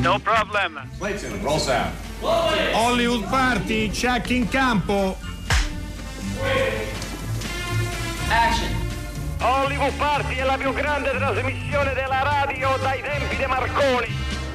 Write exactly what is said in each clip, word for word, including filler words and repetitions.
No problem. Clayton, roll sound. Hollywood Party, check in campo. Action. Hollywood Party è la più grande trasmissione della radio dai tempi di Marconi.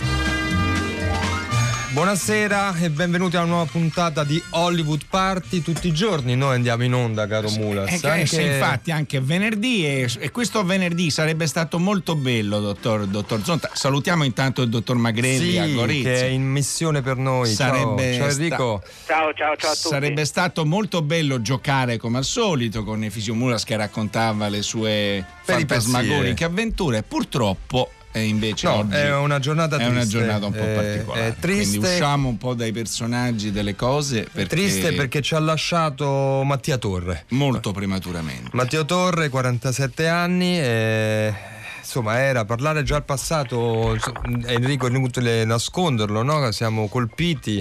Buonasera e benvenuti a una nuova puntata di Hollywood Party. Tutti i giorni noi andiamo in onda, caro Mulas. Eh, anche... sì, infatti anche venerdì e, e questo venerdì sarebbe stato molto bello, dottor, dottor Zonta. Salutiamo intanto il dottor Magrelli sì, a Gorizia, che è in missione per noi. Sarebbe ciao, ciao Enrico. Sta... Ciao, ciao, ciao a tutti. Sarebbe stato molto bello giocare come al solito con Efisio Mulas che raccontava le sue fantasmagoriche avventure. Purtroppo E invece no, oggi è una giornata triste, è una giornata un po' eh, particolare. È triste. Quindi usciamo un po' dai personaggi, delle cose. Perché Triste perché ci ha lasciato Mattia Torre. Molto prematuramente. Mattia Torre, quarantasette anni. E... Insomma, era parlare già al passato, Enrico è inutile nasconderlo, no? Siamo colpiti,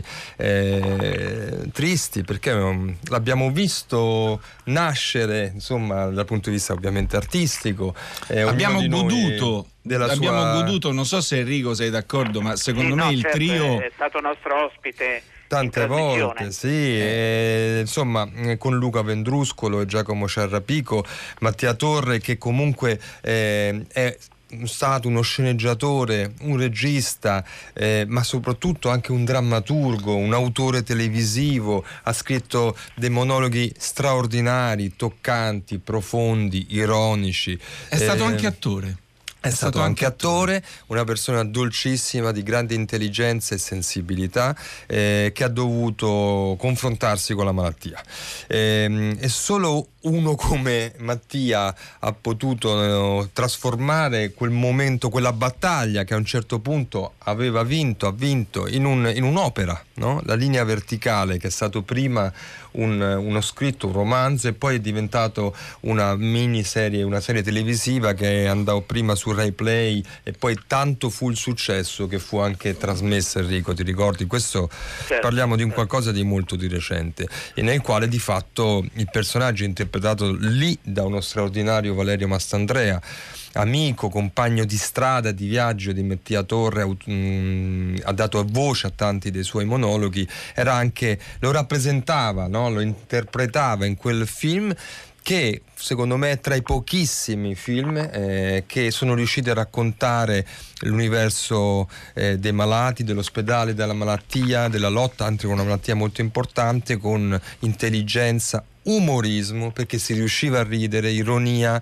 eh, tristi, perché um, l'abbiamo visto nascere, insomma, dal punto di vista ovviamente artistico. Eh, abbiamo goduto, della abbiamo sua... goduto, non so se Enrico sei d'accordo, ma secondo sì, me no, il certo, trio è stato nostro ospite. Tante volte, sì, e, insomma, con Luca Vendruscolo e Giacomo Ciarrapico, Mattia Torre, che comunque eh, è stato uno sceneggiatore, un regista, eh, ma soprattutto anche un drammaturgo, un autore televisivo. Ha scritto dei monologhi straordinari, toccanti, profondi, ironici. È stato eh, anche attore. È, è stato, stato anche attore, attore, una persona dolcissima, di grande intelligenza e sensibilità, eh, che ha dovuto confrontarsi con la malattia. Eh, e solo uno come Mattia ha potuto eh, trasformare quel momento, quella battaglia che a un certo punto aveva vinto, ha vinto in, un, in un'opera, no? La linea verticale, che è stato prima un, uno scritto, un romanzo, e poi è diventato una miniserie, una serie televisiva che andò prima su Rai Play, e poi tanto fu il successo che fu anche trasmessa. Enrico, ti ricordi? Questo certo, parliamo di un certo. qualcosa di molto di recente, e nel quale di fatto il personaggio interpretato lì da uno straordinario Valerio Mastandrea, amico, compagno di strada, di viaggio di Mattia Torre, um, ha dato voce a tanti dei suoi monologhi, era anche, lo rappresentava, no? Lo interpretava in quel film, che secondo me è tra i pochissimi film eh, che sono riusciti a raccontare l'universo eh, dei malati, dell'ospedale, della malattia, della lotta anche con una malattia molto importante, con intelligenza, umorismo, perché si riusciva a ridere, ironia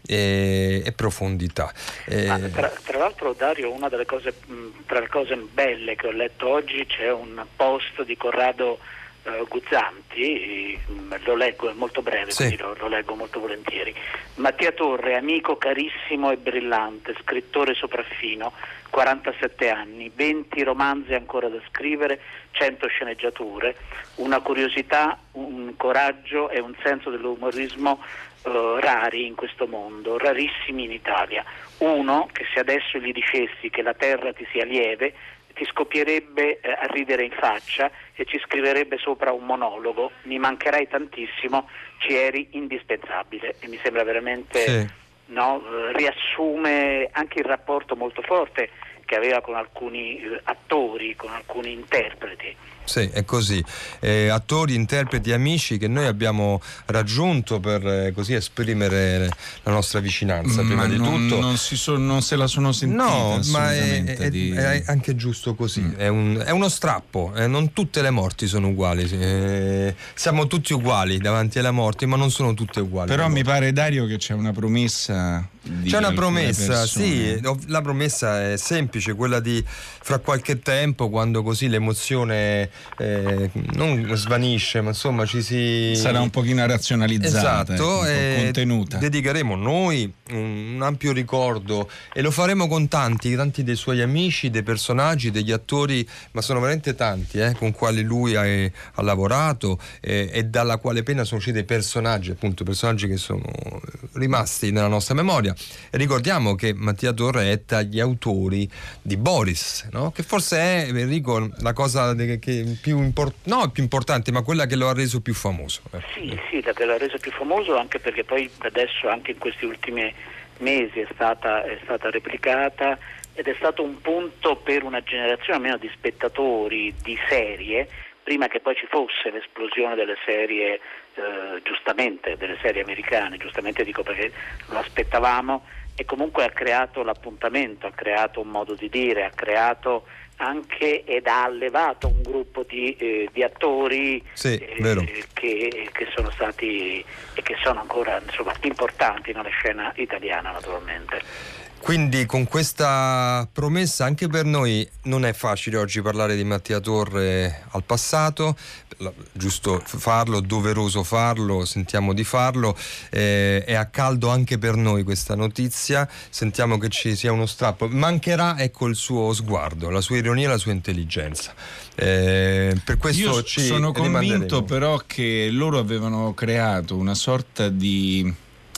e, e profondità. Eh... Ma tra, tra l'altro, Dario, una delle cose, tra le cose belle che ho letto oggi, c'è un post di Corrado Uh, Guzzanti, lo leggo, è molto breve, sì. Quindi lo, lo leggo molto volentieri. Mattia Torre, amico carissimo e brillante, scrittore sopraffino, quarantasette anni, venti romanzi ancora da scrivere, cento sceneggiature, una curiosità, un coraggio e un senso dell'umorismo uh, rari in questo mondo, rarissimi in Italia. Uno che, se adesso gli dicessi che la terra ti sia lieve, ti scoppierebbe eh, a ridere in faccia e ci scriverebbe sopra un monologo: mi mancherai tantissimo, ci eri indispensabile. E mi sembra veramente, sì. no, riassume anche il rapporto molto forte che aveva con alcuni eh, attori, con alcuni interpreti. Sì, è così. Eh, attori, interpreti, amici che noi abbiamo raggiunto per eh, così esprimere la nostra vicinanza, ma prima non, di tutto. Non, si so, non se la sono sentita. No, ma è, è, di... è anche giusto così. Mm. È, un, è uno strappo. Eh, non tutte le morti sono uguali. Eh, siamo tutti uguali davanti alla morte, ma non sono tutte uguali. Però mi pare, Dario, che c'è una promessa. Di c'è una promessa, persone. sì. La promessa è semplice, quella di fra qualche tempo, quando così l'emozione eh, non svanisce, ma insomma ci si sarà un pochino razionalizzata, esatto, ecco, contenuta. Dedicheremo noi un ampio ricordo, e lo faremo con tanti, tanti dei suoi amici, dei personaggi, degli attori, ma sono veramente tanti eh, con quali lui ha, ha lavorato eh, e dalla quale pena sono usciti dei personaggi, appunto personaggi che sono rimasti nella nostra memoria. E ricordiamo che Mattia Torre è tra gli autori di Boris, no? Che forse è, Enrico, la cosa che più, import- no, più importante, ma quella che lo ha reso più famoso. Sì, sì, la che lo ha reso più famoso, anche perché poi adesso, anche in questi ultimi mesi, è stata, è stata replicata ed è stato un punto per una generazione almeno di spettatori di serie, prima che poi ci fosse l'esplosione delle serie, eh, giustamente, delle serie americane, giustamente dico perché lo aspettavamo, e comunque ha creato l'appuntamento, ha creato un modo di dire, ha creato anche ed ha allevato un gruppo di, eh, di attori sì, eh, che, che sono stati e che sono ancora, insomma, importanti nella scena italiana, naturalmente. Quindi con questa promessa anche per noi non è facile oggi parlare di Mattia Torre al passato, giusto farlo, doveroso farlo, sentiamo di farlo, eh, è a caldo anche per noi questa notizia, sentiamo che ci sia uno strappo, mancherà ecco il suo sguardo, la sua ironia e la sua intelligenza. Eh, per questo Io ci sono convinto rimanderemo. però che loro avevano creato una sorta di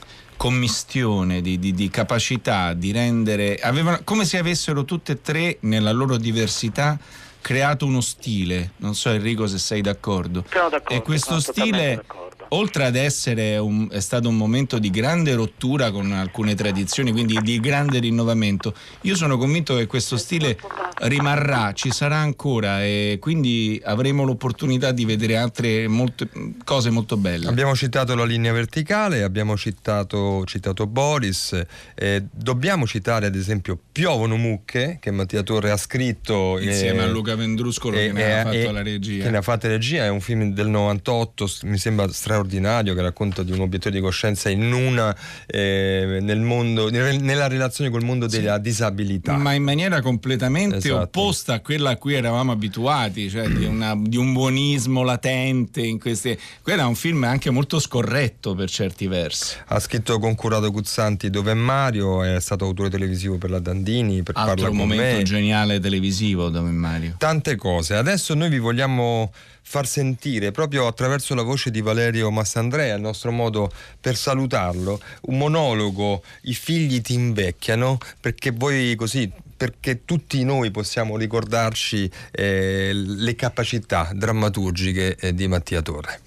commistione di, di, di capacità di rendere, avevano, come se avessero tutte e tre nella loro diversità creato uno stile, non so Enrico se sei d'accordo, Sono d'accordo, e questo sono stile d'accordo. oltre ad essere un, è stato un momento di grande rottura con alcune tradizioni, quindi di grande rinnovamento, io sono convinto che questo stile rimarrà, ci sarà ancora, e quindi avremo l'opportunità di vedere altre molte, cose molto belle. Abbiamo citato la linea verticale, abbiamo citato, citato Boris, eh, dobbiamo citare ad esempio Piovono mucche, che Mattia Torre ha scritto insieme eh, a Luca Vendruscolo eh, che ne eh, ha fatto eh, la regia. Che ne ha fatto regia, è un film del novantotto, mi sembra straordinario, che racconta di un obiettivo di coscienza in una eh, nel mondo, nella relazione col mondo della sì, disabilità, ma in maniera completamente esatto. opposta a quella a cui eravamo abituati, cioè di, una, di un buonismo latente in queste. Quello è un film anche molto scorretto per certi versi. Ha scritto con Corrado Guzzanti Dov'è Mario, è stato autore televisivo per la Dandini, per altro Parla con momento me. Geniale televisivo Dov'è Mario, tante cose. Adesso noi vi vogliamo far sentire, proprio attraverso la voce di Valerio Mastandrea, il nostro modo per salutarlo, un monologo I figli ti invecchiano, perché voi così, perché tutti noi possiamo ricordarci eh, le capacità drammaturgiche eh, di Mattia Torre.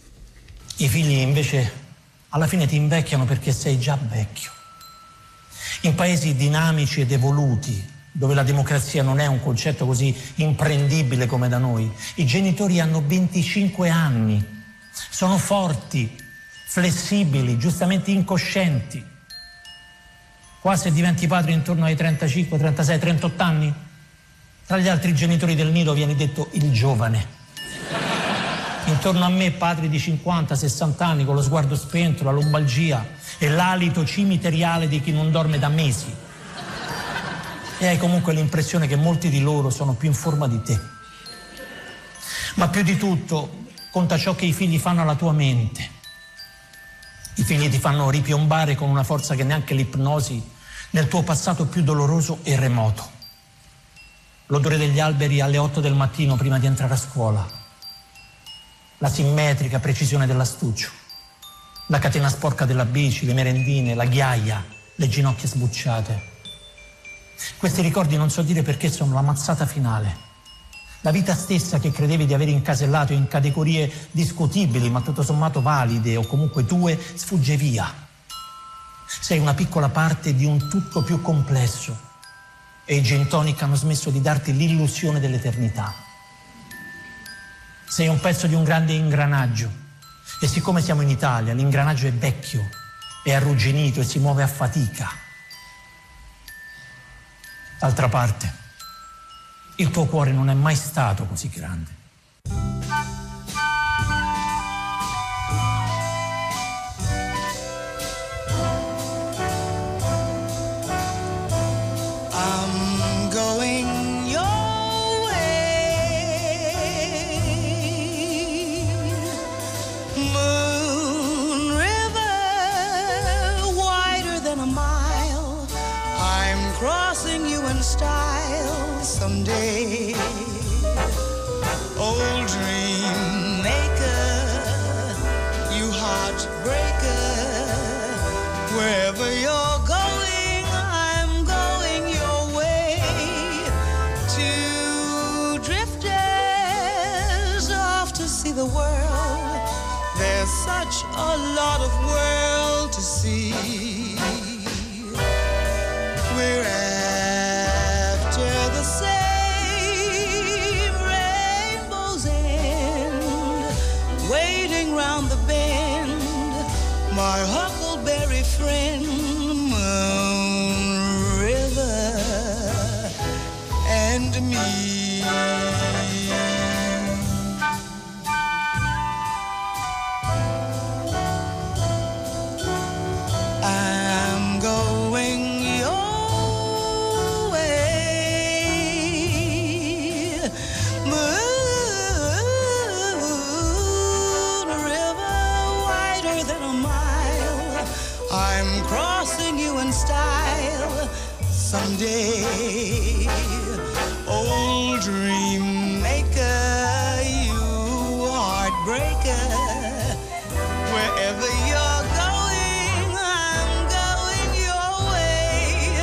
I figli invece alla fine ti invecchiano perché sei già vecchio. In paesi dinamici ed evoluti, dove la democrazia non è un concetto così imprendibile come da noi, i genitori hanno venticinque anni, sono forti, flessibili, giustamente incoscienti. Qua se diventi padre intorno ai trentacinque, trentasei, trentotto anni, tra gli altri genitori del nido vieni detto il giovane. Intorno a me padri di cinquanta, sessanta anni con lo sguardo spento, la lombalgia e l'alito cimiteriale di chi non dorme da mesi. E hai comunque l'impressione che molti di loro sono più in forma di te. Ma più di tutto conta ciò che i figli fanno alla tua mente. I figli ti fanno ripiombare con una forza che neanche l'ipnosi nel tuo passato più doloroso e remoto. L'odore degli alberi alle otto del mattino prima di entrare a scuola, la simmetrica precisione dell'astuccio, la catena sporca della bici, le merendine, la ghiaia, le ginocchia sbucciate. Questi ricordi non so dire perché sono la mazzata finale. La vita stessa che credevi di aver incasellato in categorie discutibili ma tutto sommato valide o comunque tue sfugge via. Sei una piccola parte di un tutto più complesso e i gin tonic hanno smesso di darti l'illusione dell'eternità. Sei un pezzo di un grande ingranaggio e siccome siamo in Italia l'ingranaggio è vecchio, è arrugginito e si muove a fatica. D'altra parte, il tuo cuore non è mai stato così grande. I'm going your way, Moon River, wider than a mile. I'm crossing you in style someday. Old dream maker, you heartbreaker, wherever you're going, I'm going your way. Two drifters off to see the world. There's such a lot of world to see. We're after my huckleberry friend, Moon River, and me. I'm going your way, Moon River, wider than a mile. I'm crossing you in style someday. Old dream maker, you heartbreaker, wherever you're going, I'm going your way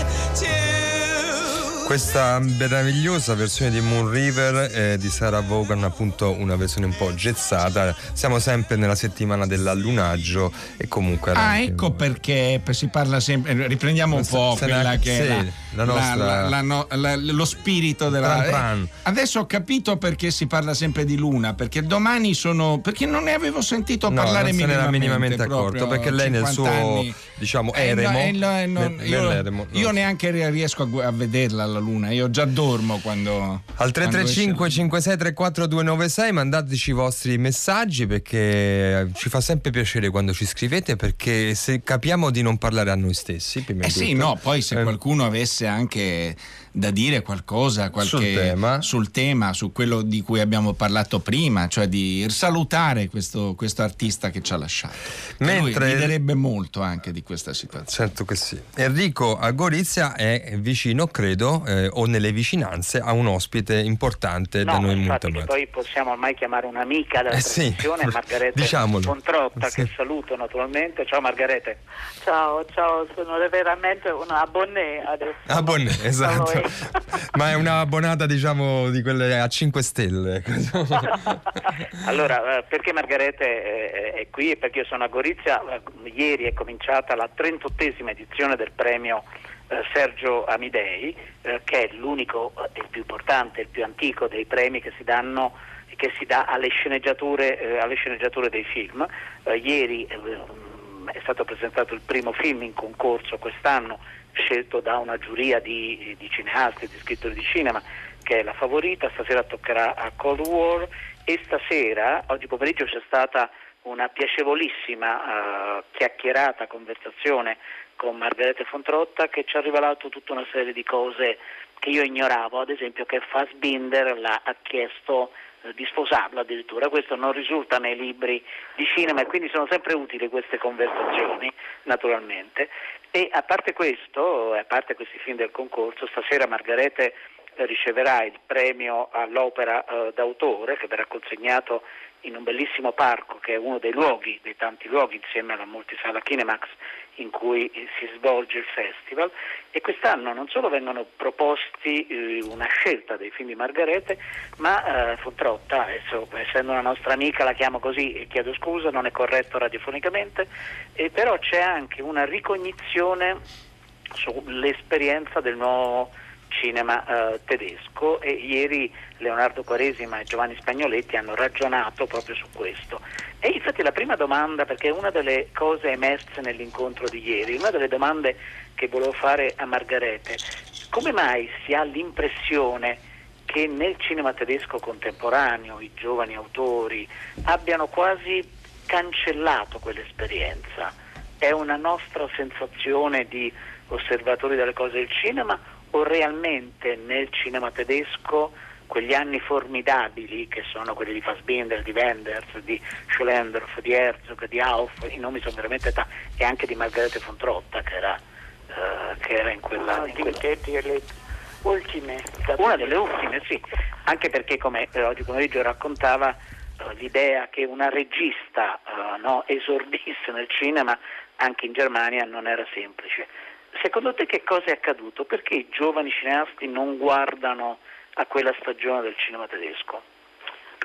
too. Questa meravigliosa versione di Moon River eh, di Sarah Vaughan, appunto una versione un po' gezzata. Siamo sempre nella settimana dell'allunaggio e comunque ah anche... ecco perché si parla sempre, riprendiamo un Se- po' se quella la- che sì, è la, la nostra- la- la- no- la- lo spirito della Tran tran. eh, adesso ho capito perché si parla sempre di Luna, perché domani sono, perché non ne avevo sentito No, parlare non se n'era minimamente, minimamente accorto, proprio perché lei nel cinquanta suo, anni. diciamo, Eh, no, eremo, eh, no, eh, non- nel- io, nell'eremo, no. io neanche riesco a, gu- a vederla la Luna, io già dormo quando Al tre tre cinque cinque sei tre quattro due nove sei mandateci i vostri messaggi, perché ci fa sempre piacere quando ci scrivete, perché se capiamo di non parlare a noi stessi prima Eh di sì, tutto. no, poi se Eh, qualcuno avesse anche da dire qualcosa qualche, Sul tema. sul tema, su quello di cui abbiamo parlato prima, cioè di salutare questo, questo artista che ci ha lasciato. Mentre- Lui riderebbe molto anche di questa situazione. Certo che sì. Enrico a Gorizia è vicino, credo, eh, o nelle vicinanze, a un ospite importante da No, noi infatti, molto che amato. poi possiamo ormai chiamare un'amica della Eh sì, trasmissione, Margarete diciamolo. Fontrotta, Sì. che saluto naturalmente. Ciao Margarete. Ciao, ciao, sono veramente una abbonné adesso. Abbonné, A esatto. voi. Ma è una abbonata, diciamo, di quelle a cinque stelle. Allora, eh, perché Margarete eh, è qui e perché io sono a Gorizia. Eh, ieri è cominciata la trentottesima edizione del premio eh, Sergio Amidei, eh, che è l'unico, eh, il più importante, il più antico dei premi che si danno, che si dà alle sceneggiature, eh, alle sceneggiature dei film. Eh, ieri eh, è stato presentato il primo film in concorso quest'anno, scelto da una giuria di, di cineasti, di scrittori di cinema, che è La Favorita. Stasera toccherà a Cold War e stasera, oggi pomeriggio, c'è stata una piacevolissima uh, chiacchierata, conversazione con Margarete Fontrotta, che ci ha rivelato tutta una serie di cose che io ignoravo, ad esempio che Fassbinder l'ha ha chiesto eh, di sposarlo addirittura. Questo non risulta nei libri di cinema e quindi sono sempre utili queste conversazioni, naturalmente. E a parte questo, a parte questi film del concorso, stasera Margarete eh, riceverà il premio all'opera eh, d'autore, che verrà consegnato in un bellissimo parco, che è uno dei luoghi, dei tanti luoghi insieme alla multisala Kinemax in cui eh, si svolge il festival. E quest'anno non solo vengono proposti eh, una scelta dei film di Margarete, ma eh, Fontrotta, adesso, essendo una nostra amica la chiamo così e chiedo scusa, non è corretto radiofonicamente, eh, però c'è anche una ricognizione sull'esperienza del nuovo cinema eh, tedesco, e ieri Leonardo Quaresima e Giovanni Spagnoletti hanno ragionato proprio su questo. E infatti la prima domanda, perché è una delle cose emerse nell'incontro di ieri, una delle domande che volevo fare a Margarete: come mai si ha l'impressione che nel cinema tedesco contemporaneo i giovani autori abbiano quasi cancellato quell'esperienza? È una nostra sensazione di osservatori delle cose del cinema, o realmente nel cinema tedesco quegli anni formidabili, che sono quelli di Fassbinder, di Wenders, di Schlendorf, di Herzog, di Auf, i nomi sono veramente tanti, e anche di Margarete Fontrotta, che era, uh, che era in quella... No, in quella... di- di- delle ultime. Una delle ultime, sì, anche perché, come eh, oggi pomeriggio raccontava, uh, l'idea che una regista uh, no, esordisse nel cinema anche in Germania non era semplice. Secondo te che cosa è accaduto? Perché i giovani cineasti non guardano a quella stagione del cinema tedesco?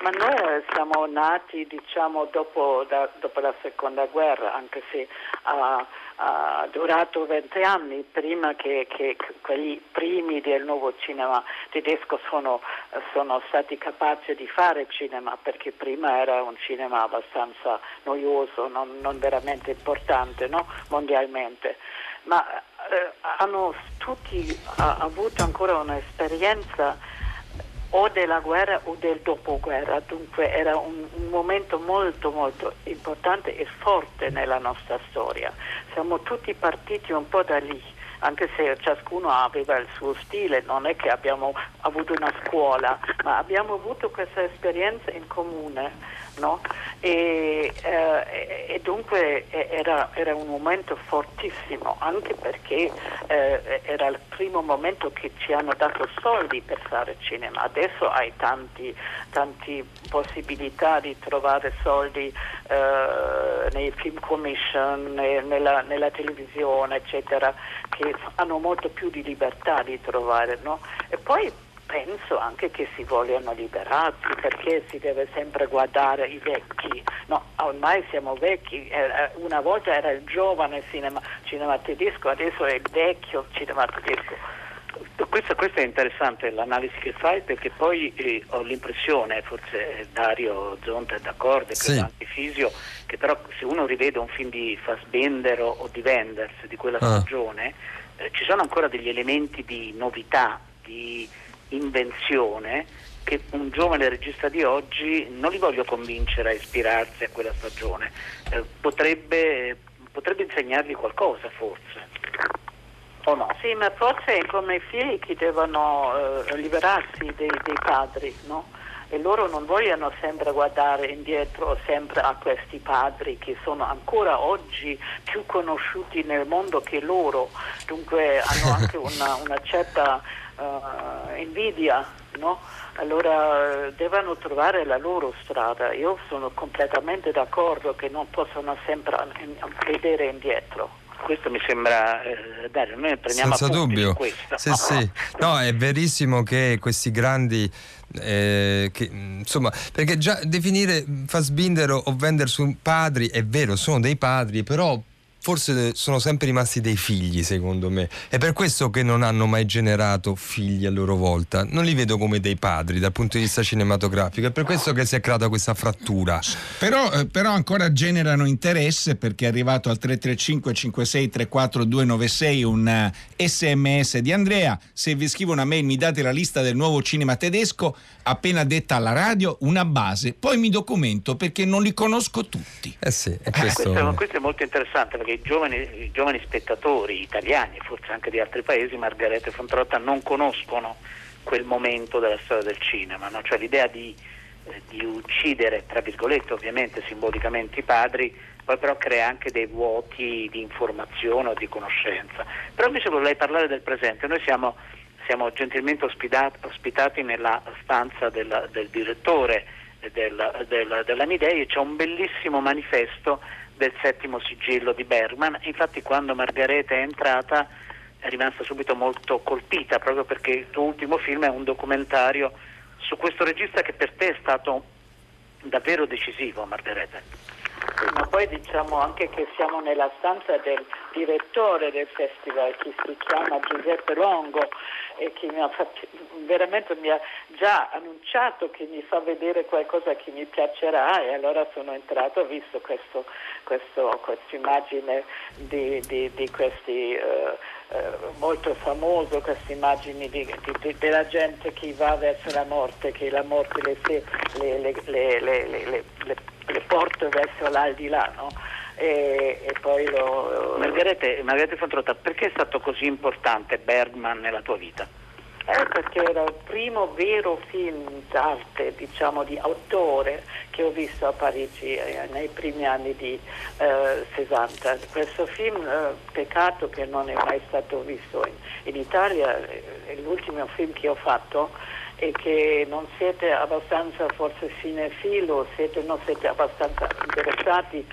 Ma noi siamo nati, diciamo, dopo, da, dopo la seconda guerra, anche se ha, ha durato venti anni prima che, che quelli primi del nuovo cinema tedesco sono, sono stati capaci di fare cinema, perché prima era un cinema abbastanza noioso, non, non veramente importante, no? Mondialmente. Ma eh, hanno tutti ha, avuto ancora un'esperienza o della guerra o del dopoguerra, dunque era un, un momento molto molto importante e forte nella nostra storia. Siamo tutti partiti un po' da lì, anche se ciascuno aveva il suo stile, non è che abbiamo avuto una scuola, ma abbiamo avuto questa esperienza in comune, no? E, eh, e dunque era, era un momento fortissimo, anche perché eh, era il primo momento che ci hanno dato soldi per fare cinema. Adesso hai tanti, tanti possibilità di trovare soldi eh, nei film commission, nella, nella televisione, eccetera, che hanno molto più di libertà di trovare, no? E poi penso anche che si vogliono liberarsi, perché si deve sempre guardare i vecchi, no, ormai siamo vecchi, una volta era il giovane cinema, cinema tedesco, adesso è il vecchio cinema tedesco. Questo, questo è interessante l'analisi che fai, perché poi eh, ho l'impressione, forse Dario Zonta è d'accordo, sì. credo anche Fisio, che però se uno rivede un film di Fassbinder o di Wenders di quella ah. stagione, eh, ci sono ancora degli elementi di novità, di invenzione che un giovane regista di oggi non li voglio convincere a ispirarsi a quella stagione, eh, potrebbe, potrebbe insegnargli qualcosa forse, o no? Sì, ma forse è come i figli che devono eh, liberarsi dei, dei padri, no? E loro non vogliono sempre guardare indietro sempre a questi padri che sono ancora oggi più conosciuti nel mondo che loro, dunque hanno anche una, una certa uh, invidia, no? Allora devono trovare la loro strada. Io sono completamente d'accordo che non possono sempre vedere indietro. Questo mi sembra, eh, Dario, noi prendiamo senza appunti dubbio. su questo. Sì, sì. No, è verissimo che questi grandi eh, che, insomma, perché già definire Fassbinder o Wenders padri è vero, sono dei padri, però forse sono sempre rimasti dei figli, secondo me. È per questo che non hanno mai generato figli a loro volta. Non li vedo come dei padri dal punto di vista cinematografico. È per questo che si è creata questa frattura. Però, eh, però ancora generano interesse, perché è arrivato al tre tre cinque cinque sei tre quattro due nove sei un uh, sms di Andrea. Se vi scrivo una mail mi date la lista del nuovo cinema tedesco appena detta alla radio, una base, poi mi documento perché non li conosco tutti. Eh sì, è questo... questo... questo è molto interessante, perché i giovani, i giovani spettatori italiani, forse anche di altri paesi, Margherita e Fontrotta, non conoscono quel momento della storia del cinema, no? Cioè l'idea di, eh, di uccidere, tra virgolette ovviamente simbolicamente, i padri, poi però crea anche dei vuoti di informazione o di conoscenza. Però invece vorrei parlare del presente. Noi siamo, siamo gentilmente ospitati, ospitati nella stanza del, del direttore del, del, dell'Amidei, e c'è un bellissimo manifesto del settimo sigillo di Bergman. Infatti quando Margherita è entrata è rimasta subito molto colpita, proprio perché il tuo ultimo film è un documentario su questo regista che per te è stato davvero decisivo, Margherita. Ma poi diciamo anche che siamo nella stanza del direttore del festival, che si chiama Giuseppe Longo, e che mi ha fatto, veramente mi ha già annunciato che mi fa vedere qualcosa che mi piacerà, e allora sono entrato, ho visto questo, questo, questa immagine di, di, di questi uh, uh, molto famoso, queste immagini di, di, di, della gente che va verso la morte, che la morte le, le, le, le, le, le, le, le le porto verso l'aldilà, no? E, e poi lo... Margherita, Margherita Fontrotta, perché è stato così importante Bergman nella tua vita? Eh, perché era il primo vero film d'arte, diciamo di autore, che ho visto a Parigi eh, nei primi anni di eh, sessanta. Questo film, eh, peccato che non è mai stato visto in, in Italia, è l'ultimo film che ho fatto, e che non siete abbastanza forse cinefilo, siete, non siete abbastanza interessati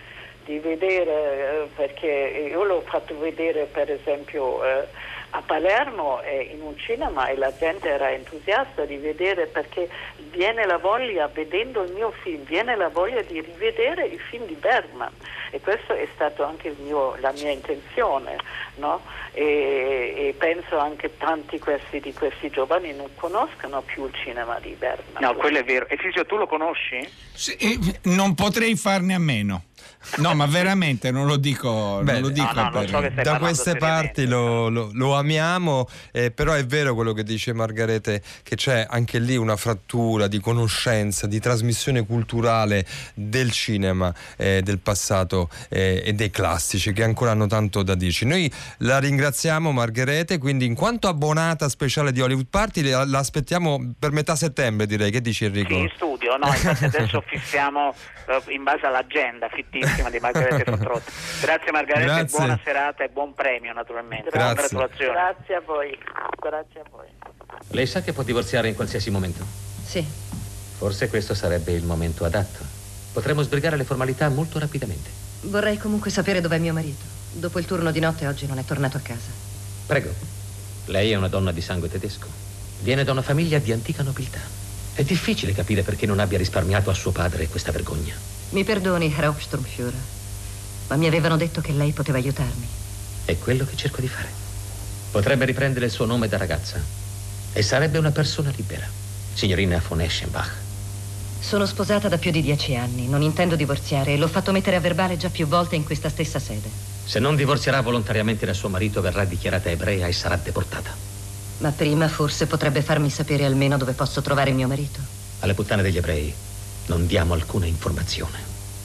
di vedere, eh, perché io l'ho fatto vedere per esempio eh, a Palermo eh, in un cinema, e la gente era entusiasta di vedere, perché viene la voglia, vedendo il mio film, viene la voglia di rivedere i film di Bergman, e questo è stato anche il mio, la mia intenzione, no? E, e penso anche tanti questi, di questi giovani non conoscano più il cinema di Bergman. No, quello è vero. E Fisio, tu lo conosci? Sì, non potrei farne a meno. No, ma veramente non lo dico, Beh, non lo dico no, no, per... non so che da queste parti lo, lo, lo amiamo, eh, però è vero quello che dice Margarete, che c'è anche lì una frattura di conoscenza, di trasmissione culturale del cinema, eh, del passato eh, e dei classici, che ancora hanno tanto da dirci. Noi la ringraziamo, Margarete, quindi in quanto abbonata speciale di Hollywood Party la, la aspettiamo per metà settembre, direi. Che dici, Enrico? Sì, in studio, no, infatti adesso fissiamo uh, in base all'agenda fittissima di Margarete Fontrotta. Grazie Margarete, Grazie. buona serata e buon premio naturalmente. Grazie. Congratulazioni. Grazie a voi, grazie a voi. Lei sa che può divorziare in qualsiasi momento? Sì. Forse questo sarebbe il momento adatto. Potremmo sbrigare le formalità molto rapidamente. Vorrei comunque sapere dov'è mio marito. Dopo il turno di notte oggi non è tornato a casa. Prego. Lei è una donna di sangue tedesco. Viene da una famiglia di antica nobiltà. È difficile capire perché non abbia risparmiato a suo padre questa vergogna. Mi perdoni, Herr Hauptsturmführer, ma mi avevano detto che lei poteva aiutarmi. È quello che cerco di fare. Potrebbe riprendere il suo nome da ragazza e sarebbe una persona libera. Signorina von Eschenbach. Sono sposata da più di dieci anni, non intendo divorziare e l'ho fatto mettere a verbale già più volte in questa stessa sede. Se non divorzierà volontariamente da suo marito, verrà dichiarata ebrea e sarà deportata. Ma prima forse potrebbe farmi sapere almeno dove posso trovare mio marito. Alle puttane degli ebrei non diamo alcuna informazione.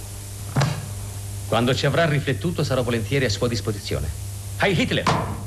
Quando ci avrà riflettuto sarò volentieri a sua disposizione. Heil Hitler!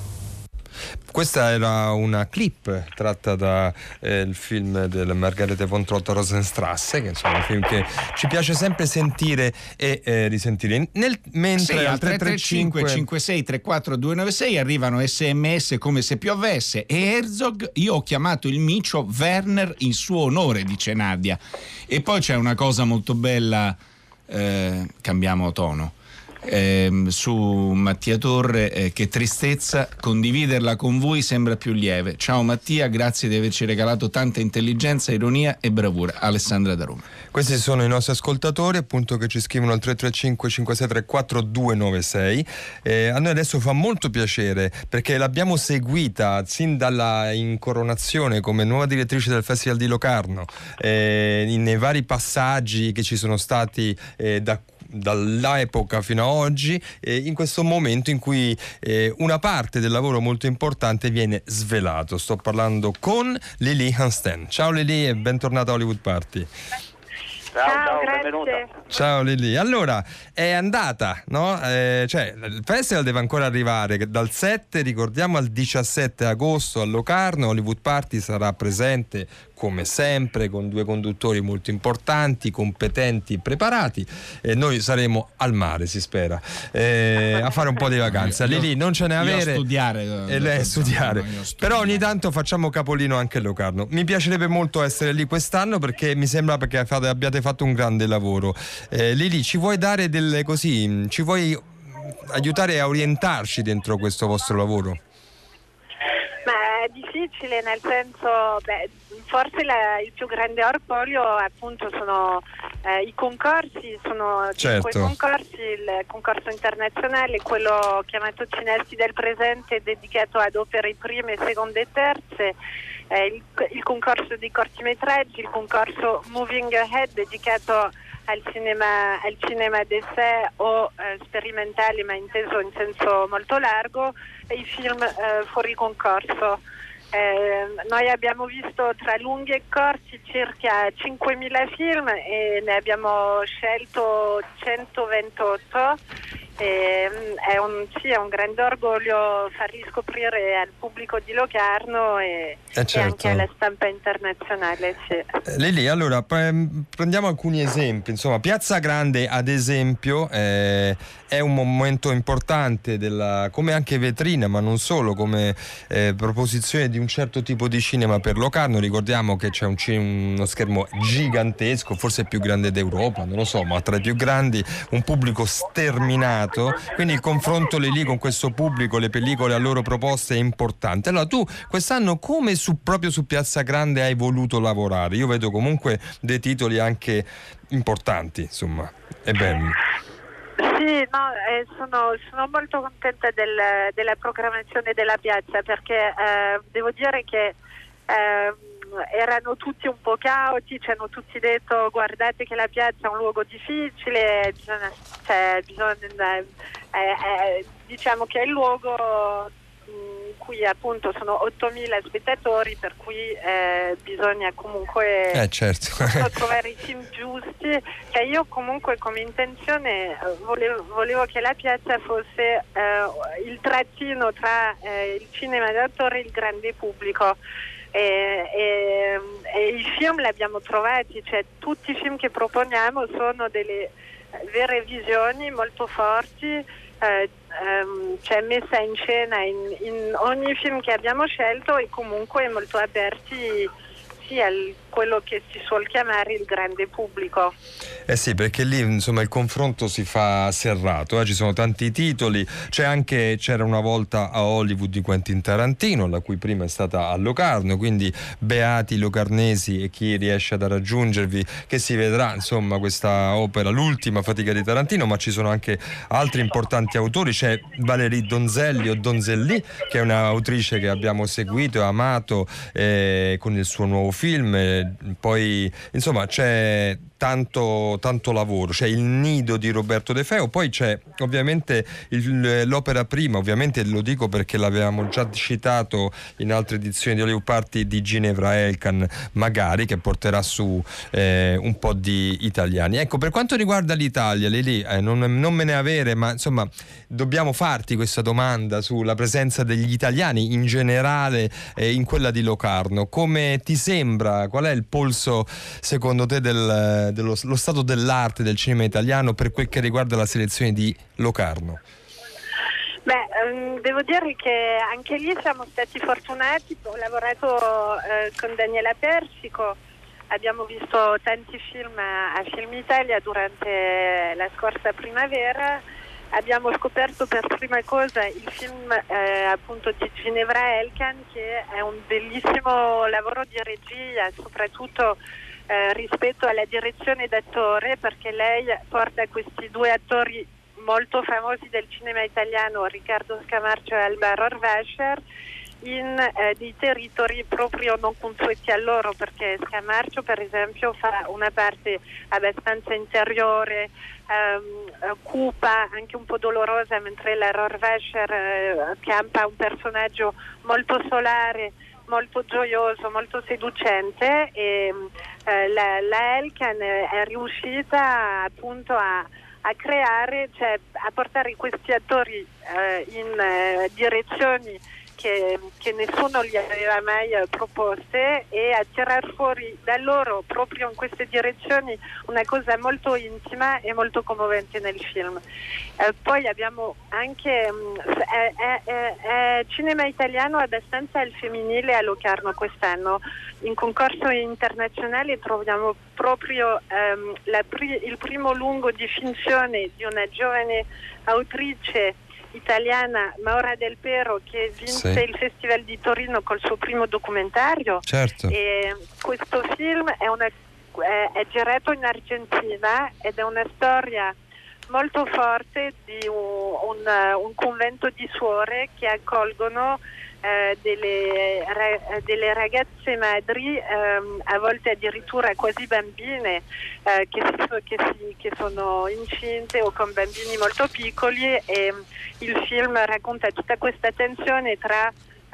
Questa era una clip tratta dal eh, film del Margarete von Trotta, Rosenstrasse, che insomma è un film che ci piace sempre sentire e eh, risentire. Nel, mentre sì, al tre tre cinque cinque sei tre quattro due nove sei arrivano sms come se piovesse, e Herzog, io ho chiamato il micio Werner in suo onore, dice Nadia. E poi c'è una cosa molto bella, eh, cambiamo tono, Eh, su Mattia Torre, eh, che tristezza, condividerla con voi sembra più lieve. Ciao Mattia, grazie di averci regalato tanta intelligenza, ironia e bravura. Alessandra da Roma. Questi sono i nostri ascoltatori, appunto, che ci scrivono al tre tre cinque cinque sei tre quattro due nove sei. Eh, a noi adesso fa molto piacere perché l'abbiamo seguita sin dalla incoronazione come nuova direttrice del Festival di Locarno, eh, nei vari passaggi che ci sono stati eh, da dall'epoca fino a oggi, eh, in questo momento in cui eh, una parte del lavoro molto importante viene svelato. Sto parlando con Lili Hansten. Ciao Lili e bentornata a Hollywood Party. Ciao, Ciao, ciao, grazie. benvenuta. Ciao Lili. Allora, è andata, no? Eh, cioè, il festival deve ancora arrivare, dal sette, ricordiamo, al diciassette agosto a Locarno. Hollywood Party sarà presente come sempre con due conduttori molto importanti, competenti, preparati, e noi saremo al mare, si spera, eh, a fare un po' di vacanza. Io- Lili, non ce ne io a avere studiare, e lei a studiare. no, io a studiare. Però ogni tanto facciamo capolino anche a Locarno. Mi piacerebbe molto essere lì quest'anno perché mi sembra che fate- abbiate fatto un grande lavoro. Eh, Lili, ci vuoi dare delle così, ci vuoi aiutare a orientarci dentro questo vostro lavoro? Ma è difficile, nel senso, beh, forse la, il più grande orgoglio appunto sono eh, i concorsi, sono Certo. cinque concorsi, il concorso internazionale, quello chiamato Cinesti del Presente, dedicato ad opere prime, seconde e terze, eh, il, il concorso di cortometraggi, il concorso Moving Ahead dedicato al cinema, al cinema d'essai o eh, sperimentale, ma inteso in senso molto largo, e i film eh, fuori concorso. Eh, noi abbiamo visto tra lunghi e corti circa cinquemila film e ne abbiamo scelto centoventotto, E, è, un, sì, è un grande orgoglio far riscoprire al pubblico di Locarno e, eh certo. e anche alla stampa internazionale. Sì. Eh, Lili, allora pre- prendiamo alcuni esempi. Insomma, Piazza Grande, ad esempio, eh, è un momento importante della, come anche vetrina, ma non solo, come eh, proposizione di un certo tipo di cinema per Locarno. Ricordiamo che c'è un, uno schermo gigantesco, forse più grande d'Europa, non lo so, ma tra i più grandi, un pubblico sterminato. Quindi il confronto lì, lì con questo pubblico, le pellicole a loro proposte è importante. Allora tu quest'anno come su, proprio su Piazza Grande hai voluto lavorare? Io vedo comunque dei titoli anche importanti, insomma, e belli. Sì, no, eh, sono, sono molto contenta del, della programmazione della piazza perché eh, devo dire che eh, erano tutti un po' caotici, hanno tutti detto guardate che la piazza è un luogo difficile, bisogna, cioè, bisogna eh, eh, diciamo che è il luogo in cui appunto sono ottomila spettatori, per cui eh, bisogna comunque eh, certo. trovare i film giusti. Cioè, io comunque come intenzione volevo, volevo che la piazza fosse eh, il trattino tra eh, il cinema d'autore e il grande pubblico. E, e, e i film li abbiamo trovati, cioè tutti i film che proponiamo sono delle vere visioni molto forti, eh, ehm, cioè messa in scena in, in ogni film che abbiamo scelto e comunque molto aperti sì a quello che si suol chiamare il grande pubblico. Eh sì, perché lì insomma il confronto si fa serrato, eh? Ci sono tanti titoli, c'è anche c'era una volta a Hollywood di Quentin Tarantino, la cui prima è stata a Locarno, quindi beati locarnesi e chi riesce ad raggiungervi, che si vedrà insomma questa opera, l'ultima fatica di Tarantino, ma ci sono anche altri importanti autori, c'è Valerie Donzelli o Donzelli, che è un'autrice che abbiamo seguito e amato eh, con il suo nuovo film, eh, poi insomma c'è tanto, tanto lavoro, c'è Il Nido di Roberto De Feo, poi c'è ovviamente il, l'opera prima, ovviamente lo dico perché l'avevamo già citato in altre edizioni di Hollywood Party, di Ginevra Elkan, magari, che porterà su eh, un po' di italiani. Ecco, per quanto riguarda l'Italia, Lili, eh, non, non me ne avere, ma insomma dobbiamo farti questa domanda sulla presenza degli italiani in generale eh, in quella di Locarno. Come ti sembra? Qual è il polso secondo te del dello lo stato dell'arte del cinema italiano per quel che riguarda la selezione di Locarno? Beh, um, devo dire che anche lì siamo stati fortunati. Ho lavorato eh, con Daniela Persico, abbiamo visto tanti film a, a Film Italia durante la scorsa primavera. Abbiamo scoperto per prima cosa il film eh, appunto di Ginevra Elkan, che è un bellissimo lavoro di regia, soprattutto Eh, rispetto alla direzione d'attore, perché lei porta questi due attori molto famosi del cinema italiano, Riccardo Scamarcio e Alba Rohrwacher, in eh, dei territori proprio non consueti a loro, perché Scamarcio per esempio fa una parte abbastanza interiore, ehm, cupa, anche un po' dolorosa, mentre la Rohrwacher eh, campa un personaggio molto solare, molto gioioso, molto seducente, e eh, la, la Elkan è riuscita appunto a, a creare, cioè a portare questi attori eh, in eh, direzioni che, che nessuno gli aveva mai eh, proposte, e a tirar fuori da loro proprio in queste direzioni una cosa molto intima e molto commovente nel film. Eh, poi abbiamo anche mh, è, è, è, è cinema italiano abbastanza al femminile a Locarno quest'anno. In concorso internazionale troviamo proprio ehm, la pri- il primo lungo di finzione di una giovane autrice italiana, Maura Del Pero, che vinse sì. il Festival di Torino col suo primo documentario. Certo. E questo film è, una, è, è girato in Argentina ed è una storia molto forte di un, un, un convento di suore che accolgono eh, delle, ra, delle ragazze madri, ehm, a volte addirittura quasi bambine, eh, che, si, che, si, che sono incinte o con bambini molto piccoli, e il film racconta tutta questa tensione tra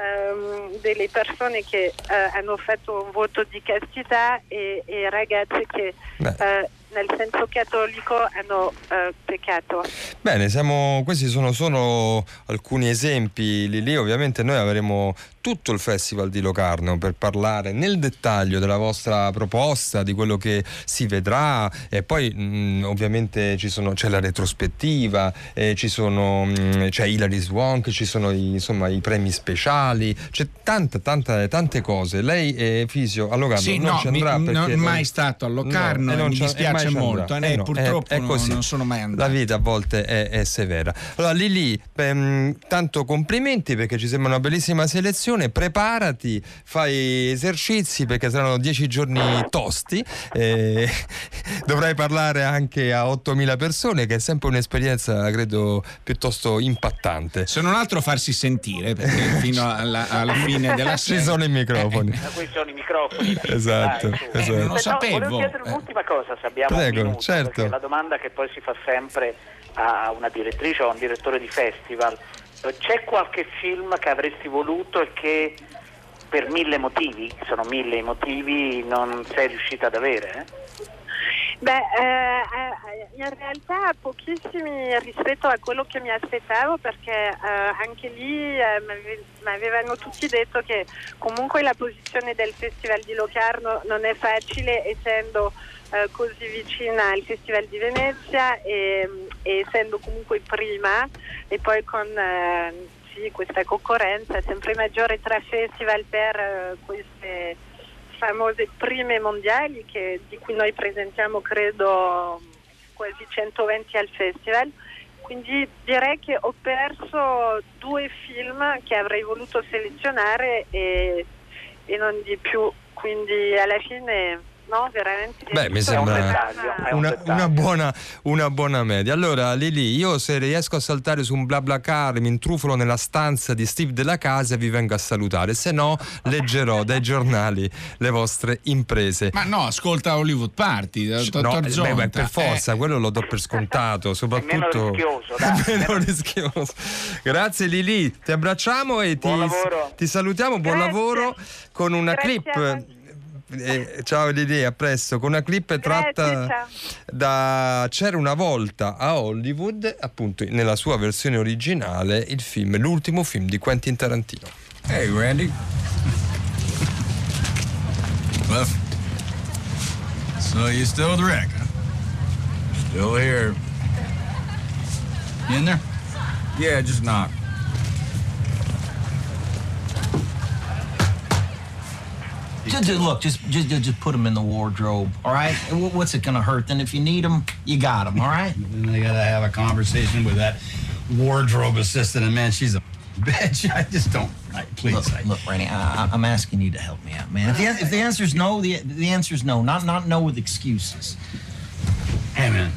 ehm, delle persone che eh, hanno fatto un voto di castità e, e ragazze che eh, nel senso cattolico hanno eh, peccato. Bene, siamo, questi sono solo alcuni esempi, Lili. Ovviamente noi avremo tutto il Festival di Locarno per parlare nel dettaglio della vostra proposta, di quello che si vedrà, e poi mh, ovviamente ci sono, c'è la retrospettiva, eh, ci sono, mh, c'è Hilary Swank, ci sono i, insomma i premi speciali, c'è tanta, tanta, tante cose. Lei è Fisio a Locarno, sì, non no, ci andrà mi, perché non non, mai stato a Locarno, no, e mi dispiace molto, eh, eh no, purtroppo è, è così. Non, non sono mai andato. La vita a volte è, è severa. Allora Lili, ehm, tanto complimenti perché ci sembra una bellissima selezione. Preparati, fai esercizi perché saranno dieci giorni tosti, eh, dovrai parlare anche a ottomila persone, che è sempre un'esperienza credo piuttosto impattante. Se non altro farsi sentire, perché fino alla, alla fine della ci sono i microfoni. Eh, qui sono i microfoni. Esatto, Dai, esatto. Eh, non lo No, sapevo. volevo chiedere un'ultima cosa, se abbiamo Prego, un minuto, certo. perché la domanda che poi si fa sempre a una direttrice o a un direttore di festival: c'è qualche film che avresti voluto e che per mille motivi, sono mille i motivi, non sei riuscita ad avere? Eh? Beh, eh, in realtà pochissimi rispetto a quello che mi aspettavo, perché eh, anche lì eh, mi avevano tutti detto che comunque la posizione del Festival di Locarno non è facile, essendo eh, così vicina al Festival di Venezia e, e essendo comunque prima, e poi con eh, sì, questa concorrenza sempre maggiore tra festival per eh, queste famose prime mondiali che, di cui noi presentiamo credo quasi centoventi al festival, quindi direi che ho perso due film che avrei voluto selezionare e, e non di più, quindi alla fine no, veramente. Beh, mi sembra una, una, buona, una buona media. Allora Lili, io se riesco a saltare su un BlaBlaCar, mi intrufolo nella stanza di Steve Della Casa e vi vengo a salutare, se no leggerò dai giornali le vostre imprese. Ma no, ascolta Hollywood Party, no, beh, beh, per forza, eh. quello lo do per scontato, soprattutto è meno rischioso, dai. meno rischioso. Grazie Lili, ti abbracciamo e ti, ti salutiamo, buon Grazie. lavoro con una Grazie clip. Eh, ciao Lili, a presto, con una clip tratta Grazie, da C'era una volta a Hollywood, appunto nella sua versione originale, il film, l'ultimo film di Quentin Tarantino. Hey Randy. Well, so you still with Rick, huh? Still here. You in there? Yeah, just knock. Just, just look, just, just just put them in the wardrobe, all right? What's it gonna hurt? Then if you need them, you got them, all right? Then they gotta have a conversation with that wardrobe assistant, and man, she's a bitch. I just don't. I, please, Look, I, look, Randy, I, I'm asking you to help me out, man. If the, if the answer's no, the the answer's no. Not not no with excuses. Hey man,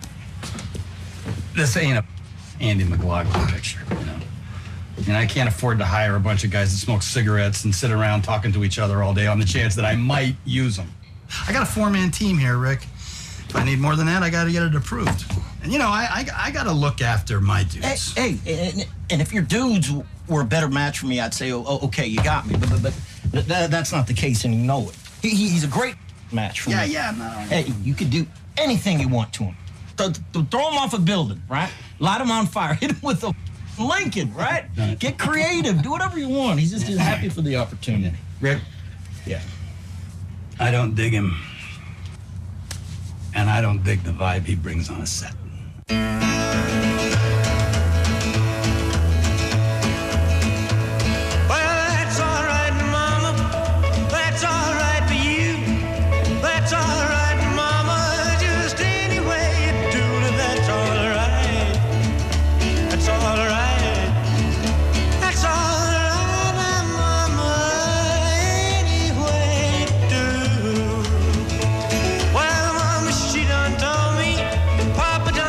this ain't a Andy McLaughlin picture, you know. And I can't afford to hire a bunch of guys that smoke cigarettes and sit around talking to each other all day on the chance that I might use them. I got a four-man team here, Rick. If I need more than that, I got to get it approved. And, you know, I I, I got to look after my dudes. Hey, hey and, and if your dudes were a better match for me, I'd say, oh, okay, you got me. But but, but that, that's not the case, and you know it. He, he's a great match for Yeah, me. yeah, no. Hey, you could do anything you want to him. Th- th- throw him off a building, right? Light him on fire. Hit him with a Lincoln, right? Get creative. Do whatever you want. He's just happy for the opportunity. Rick? Yeah. I don't dig him. And I don't dig the vibe he brings on a set. Well, that's all right, Mama. That's all right for you. That's all right, Mama. Just any way you do it, that's all right. That's all right. That's all right, Mama. Any way you do. Well, Mama, she done told me Papa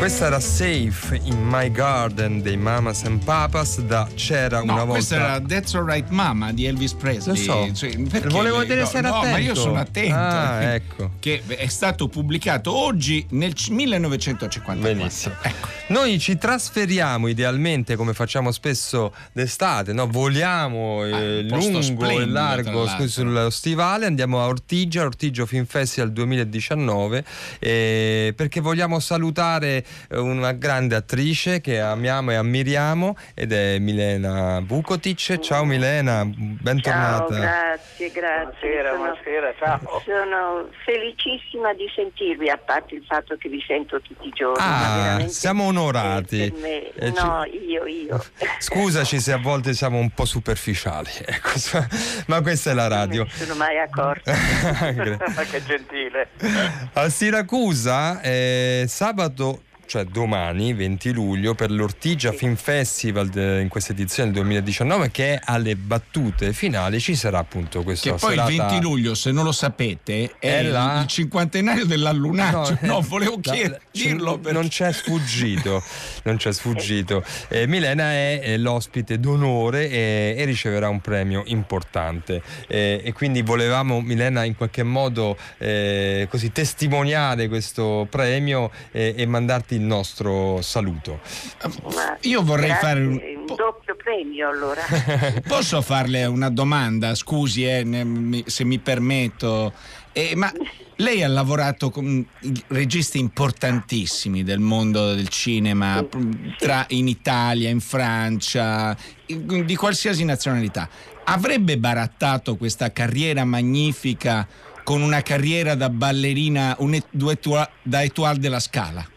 Questa era Safe in My Garden dei Mamas and Papas da C'era no, una volta. Questa era That's Alright Mama di Elvis Presley. Lo so. Cioè, volevo le... vedere no, se era no, attento. ma io sono attento. Ah, ecco. Che è stato pubblicato oggi nel millenovecentocinquantaquattro. Benissimo. Ecco. Noi ci trasferiamo idealmente, come facciamo spesso d'estate, no? Voliamo eh, ah, lungo splendido, e largo scusi, sullo stivale, andiamo a Ortigia, Ortigia Film Festival duemiladiciannove, eh, perché vogliamo salutare una grande attrice che amiamo e ammiriamo ed è Milena Vukotic. Ciao Milena, bentornata. Ciao, grazie, grazie. Buonasera, sono, buonasera, ciao. Sono felicissima di sentirvi, a parte il fatto che vi sento tutti i giorni. Ah, ma siamo onorati. eh, per me- Eh, no, ci- io, io. Scusaci se a volte siamo un po' superficiali, ecco, ma questa è la radio. Non mi sono mai accorta. Ma che gentile. A Siracusa, eh, sabato, cioè domani, venti luglio, per l'Ortigia Film Festival de- in questa edizione del duemiladiciannove, che è alle battute finali, ci sarà appunto questo. Che poi serata... il venti luglio, se non lo sapete, è, È la- il cinquantenario dell'allunaggio. No, No, volevo no, chied- ci- dirlo perché... non c'è sfuggito, non c'è sfuggito. Eh, Milena è, è l'ospite d'onore e, e riceverà un premio importante. Eh, e quindi volevamo, Milena, in qualche modo eh, così testimoniare questo premio eh, e mandarti il nostro saluto. Ma Io vorrei grazie, fare un... un doppio premio allora. Posso farle una domanda? Scusi, eh, ne- mi- se mi permetto. Eh, ma lei ha lavorato con registi importantissimi del mondo del cinema, tra, in Italia, in Francia, in- di qualsiasi nazionalità. Avrebbe barattato questa carriera magnifica con una carriera da ballerina un et- due etua- da Étoile de la Scala?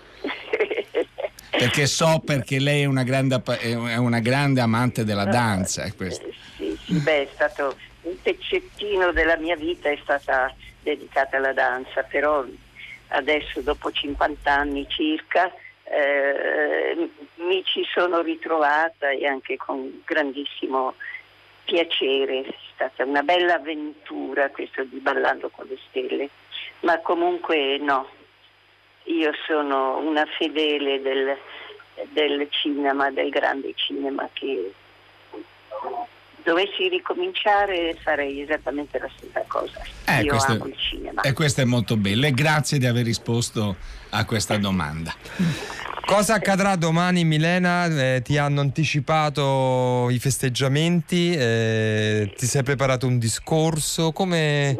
Perché so, perché lei è una grande, appa- è una grande amante della danza. È questo. Sì, sì, beh, è stato un pezzettino della mia vita è stata dedicata alla danza, però adesso dopo cinquanta anni circa eh, mi ci sono ritrovata e anche con grandissimo piacere. È stata una bella avventura questo di Ballando con le stelle, ma comunque no, io sono una fedele del, del cinema, del grande cinema, che dovessi ricominciare farei esattamente la stessa cosa. Eh, Io questo, amo il cinema. E questo è molto bello e grazie di aver risposto a questa domanda. Cosa accadrà domani, Milena? Eh, ti hanno anticipato i festeggiamenti? Eh, ti sei preparato un discorso? Come...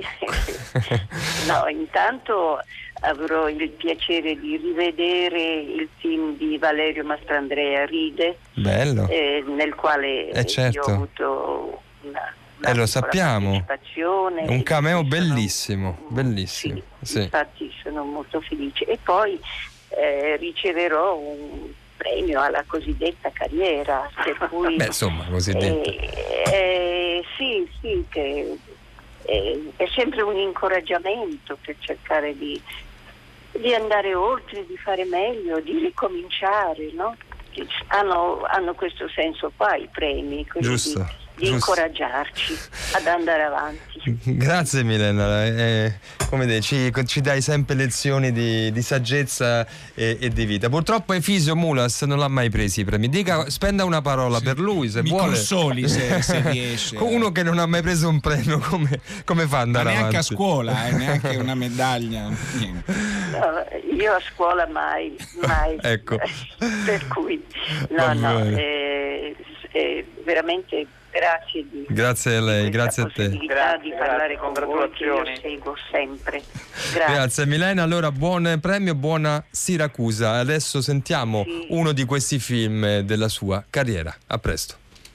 No, intanto avrò il piacere di rivedere il film di Valerio Mastrandrea, Ride, Bello. eh, nel quale Eh, certo. io ho avuto una, una Eh, lo piccola sappiamo. partecipazione. Un e cameo sono- bellissimo, bellissimo. Sì. Infatti sono molto felice. E poi eh, riceverò un premio alla cosiddetta carriera, per cui Beh, insomma, cosiddetta. eh, eh, sì, sì, che eh, è sempre un incoraggiamento per cercare di, di andare oltre, di fare meglio, di ricominciare, no? Hanno, hanno questo senso qua i premi, quindi Giusto, di, di giusto. incoraggiarci ad andare avanti. Grazie Milena, eh, come dire, ci, ci dai sempre lezioni di, di saggezza e, e di vita. Purtroppo Efisio Mulas non l'ha mai presi i premi. Dica, spenda una parola per lui se Mi vuole. consoli se, se riesce. Uno che non ha mai preso un premio, come, come fa ad Ma andare neanche avanti? a scuola, eh, neanche una medaglia, niente. No, io a scuola mai, mai. Ecco. Per cui Va no, no, bene. eh, eh, veramente grazie di Grazie a lei, di questa grazie a te. possibilità Grazie, di grazie, parlare con voi, che io congratulazioni. seguo sempre. Grazie. Grazie Milena, allora buon premio, buona Siracusa. Adesso sentiamo Sì. uno di questi film della sua carriera. A presto.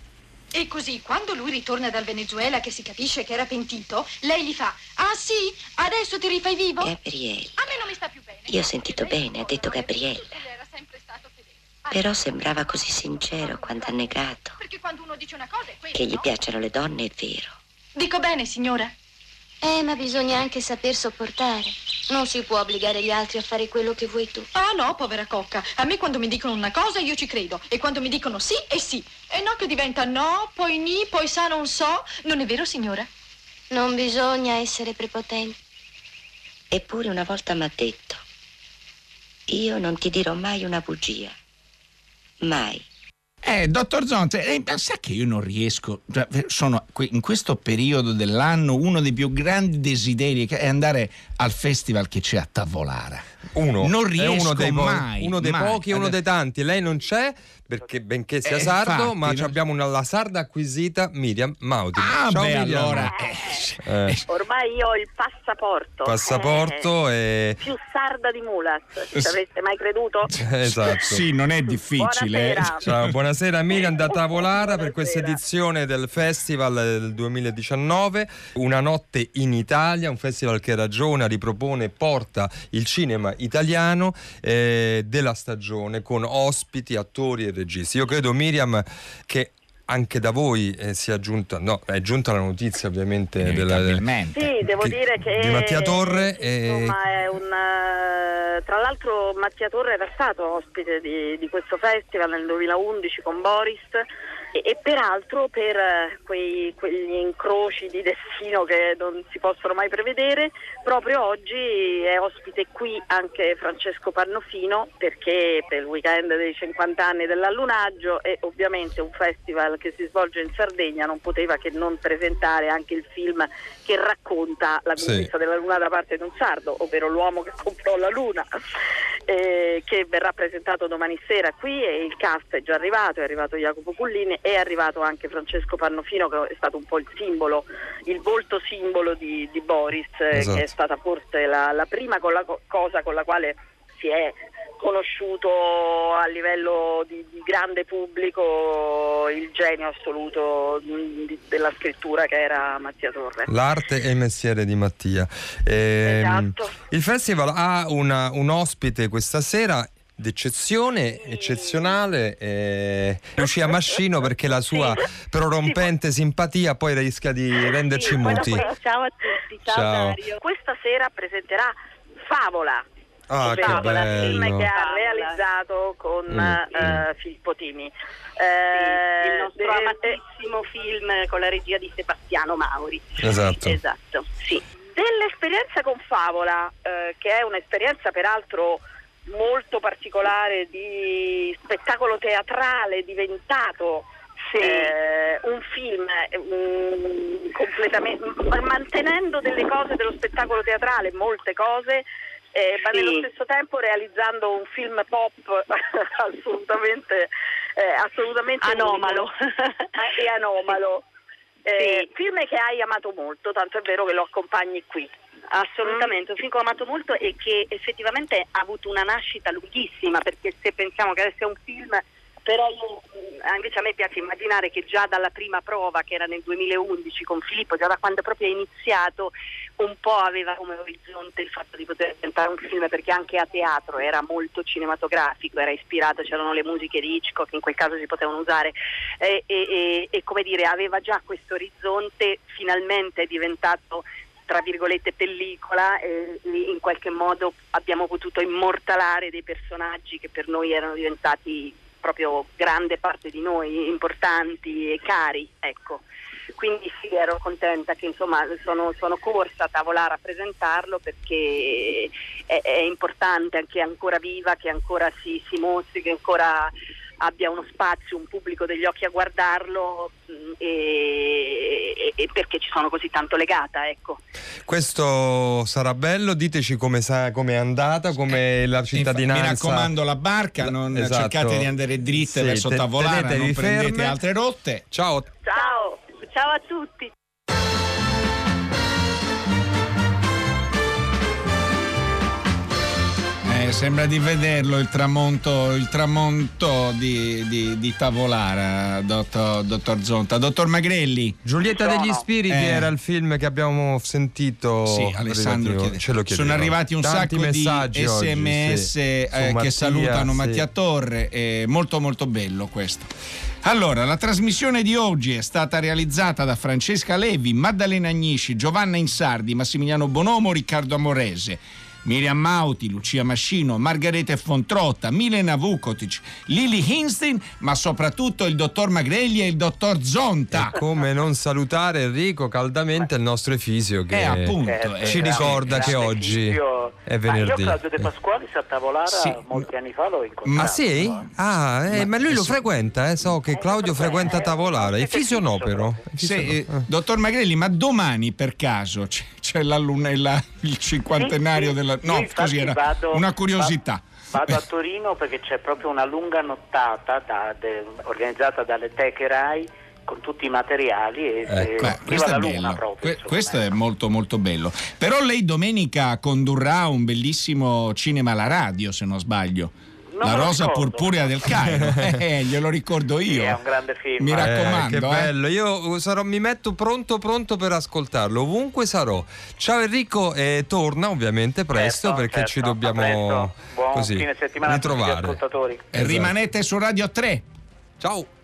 E così, quando lui ritorna dal Venezuela, che si capisce che era pentito, lei gli fa: ah sì? Adesso ti rifai vivo? Gabriele. A me non mi sta più bene. Io ho sentito bene, ha detto Gabriella. Lui era sempre stato fedele. Però sembrava così sincero quando ha negato. Perché quando uno dice una cosa è quella, Che gli no? piacciono le donne è vero. Dico bene, signora. Eh, ma bisogna anche saper sopportare. Non si può obbligare gli altri a fare quello che vuoi tu. Ah no, povera cocca. A me quando mi dicono una cosa io ci credo. E quando mi dicono sì è sì. E no che diventa no, poi ni, poi sa non so. Non è vero, signora? Non bisogna essere prepotenti. Eppure una volta mi ha detto: Io non ti dirò mai una bugia. Mai. Eh, dottor Zonta, eh, sa che io non riesco, cioè, sono in questo periodo dell'anno uno dei più grandi desideri che è andare al festival che c'è a Tavolara. Uno, non riesco è uno dei, mai, uno dei mai. pochi e uno dei tanti. Lei non c'è perché benché sia Eh, sardo, infatti, ma no? abbiamo una, la sarda acquisita Miriam Maudi. Ah, Ciao beh, Miriam. allora Eh, Eh, ormai io ho il passaporto. passaporto Eh, e più sarda di Mulat. Ci avreste mai creduto? esatto. Sì, non è difficile. Buonasera. Ciao, buonasera Miriam da Tavolara per questa edizione del festival del duemiladiciannove, Una notte in Italia, un festival che ragiona, ripropone, porta il cinema italiano eh, della stagione con ospiti, attori e registi. Io credo, Miriam, che anche da voi eh, sia giunta, no, è giunta la notizia ovviamente della, Sì, devo che- dire che di Mattia Torre e insomma, è un, eh, tra l'altro Mattia Torre era stato ospite di, di questo festival nel duemilaundici con Boris e, e peraltro per eh, quei, quegli incroci di destino che non si possono mai prevedere, proprio oggi è ospite qui anche Francesco Pannofino, perché per il weekend dei cinquanta anni dell'allunaggio e ovviamente un festival che si svolge in Sardegna non poteva che non presentare anche il film che racconta la Sì. conquista della Luna da parte di un sardo, ovvero L'uomo che comprò la Luna, eh, che verrà presentato domani sera qui, e il cast è già arrivato, è arrivato Jacopo Pullini, è arrivato anche Francesco Pannofino, che è stato un po' il simbolo, il volto simbolo di, di Boris, eh, Esatto. che è stata forse la, la prima con la co- cosa con la quale si è conosciuto a livello di, di grande pubblico il genio assoluto mh, di- della scrittura, che era Mattia Torre. l'arte e il mestiere di Mattia. Ehm, Esatto. Il festival ha una- un ospite questa sera d'eccezione, eccezionale, eh, Lucia Mascino, perché la sua prorompente simpatia poi rischia di renderci muti. Ciao a tutti, ciao Ciao. Dario. Questa sera presenterà Favola. Ah, che Favola, film bello. che ha realizzato con Mm, eh, Filippo Timi. Eh, il nostro eh, amatissimo film con la regia di Sebastiano Mauri. Esatto. Esatto, sì. Dell'esperienza con Favola, eh, che è un'esperienza peraltro molto particolare di spettacolo teatrale diventato eh, un film mm, completamente mantenendo delle cose dello spettacolo teatrale, molte cose, eh, ma Sì. nello stesso tempo realizzando un film pop assolutamente eh, assolutamente Anomalo. unico e anomalo. Eh, Film che hai amato molto, tanto è vero che lo accompagni qui. Assolutamente, un film che ho amato molto e che effettivamente ha avuto una nascita lunghissima, perché se pensiamo che adesso è un film, però io, invece a me piace immaginare che già dalla prima prova, che era nel duemilaundici con Filippo, già da quando proprio è iniziato, un po' aveva come orizzonte il fatto di poter diventare un film, perché anche a teatro era molto cinematografico, era ispirato, c'erano le musiche di Hitchcock che in quel caso si potevano usare e, e, e, e come dire, aveva già questo orizzonte, finalmente è diventato tra virgolette pellicola, e in qualche modo abbiamo potuto immortalare dei personaggi che per noi erano diventati proprio grande parte di noi, importanti e cari, ecco. Quindi sì, ero contenta che insomma sono, sono corsa a Tavolara a presentarlo, perché è, è importante che è ancora viva, che ancora si, si mostri, che ancora abbia uno spazio, un pubblico degli occhi a guardarlo, mh, e, e, e perché ci sono così tanto legata, ecco. Questo sarà bello, diteci come sa, come è andata, come la cittadinanza. Mi raccomando la barca, non Esatto. cercate di andare dritte Sì, verso te- Tavolara, non tenetevi prendete ferme. altre rotte. Ciao. Ciao, ciao a tutti. Eh, sembra di vederlo il tramonto, il tramonto di, di, di Tavolara, dottor, dottor Zonta. Dottor Magrelli. Giulietta Sono. degli Spiriti Eh. era il film che abbiamo sentito. Sì, Alessandro chiede- ce lo chiedeva. sono arrivati un Tanti sacco di messaggi oggi, sms sì. eh, Su che Mattia, salutano sì. Mattia Torre, eh, molto molto bello questo. Allora, la trasmissione di oggi è stata realizzata da Francesca Levi, Maddalena Agnisci, Giovanna Insardi, Massimiliano Bonomo, Riccardo Amorese. Miriam Mauti, Lucia Mascino, Margherita Fontrotta, Milena Vukotic, Lili Hinstein, ma soprattutto il dottor Magrelli e il dottor Zonta. E come non salutare Enrico caldamente il nostro Efisio che eh, appunto, ci eh, ricorda grande che oggi Efisio. è Ma io venerdì. Claudio De Pasquale a Tavolara Sì. molti anni fa l'ho incontrato. Ma sì? no? Ah, eh, ma lui lo sì. frequenta, eh? So che Claudio frequenta Tavolara. Efisio no però. Sì, Efisio no. eh, dottor Magrelli, ma domani per caso c'è, c'è la luna, la, il cinquantenario Sì, sì. della... Io No, infatti così era vado- una curiosità. Vado a Torino perché c'è proprio una lunga nottata da- de- organizzata dalle Teche Rai con tutti i materiali e Ecco, e- questo viva è la luna bello. proprio. Que- insomma. questo è molto molto bello. Però lei domenica condurrà un bellissimo cinema alla radio, se non sbaglio. Non La me lo Rosa ricordo. Purpurea del Cairo. Eh, glielo ricordo Sì, io. è un grande film. Mi eh. raccomando. Eh, che eh. bello, io sarò, mi metto pronto pronto per ascoltarlo ovunque sarò. Ciao Enrico, e torna ovviamente presto Certo, perché certo, ci a dobbiamo presto. Buon così fine settimana a tutti gli ritrovare. ascoltatori. E rimanete su Radio tre. Ciao.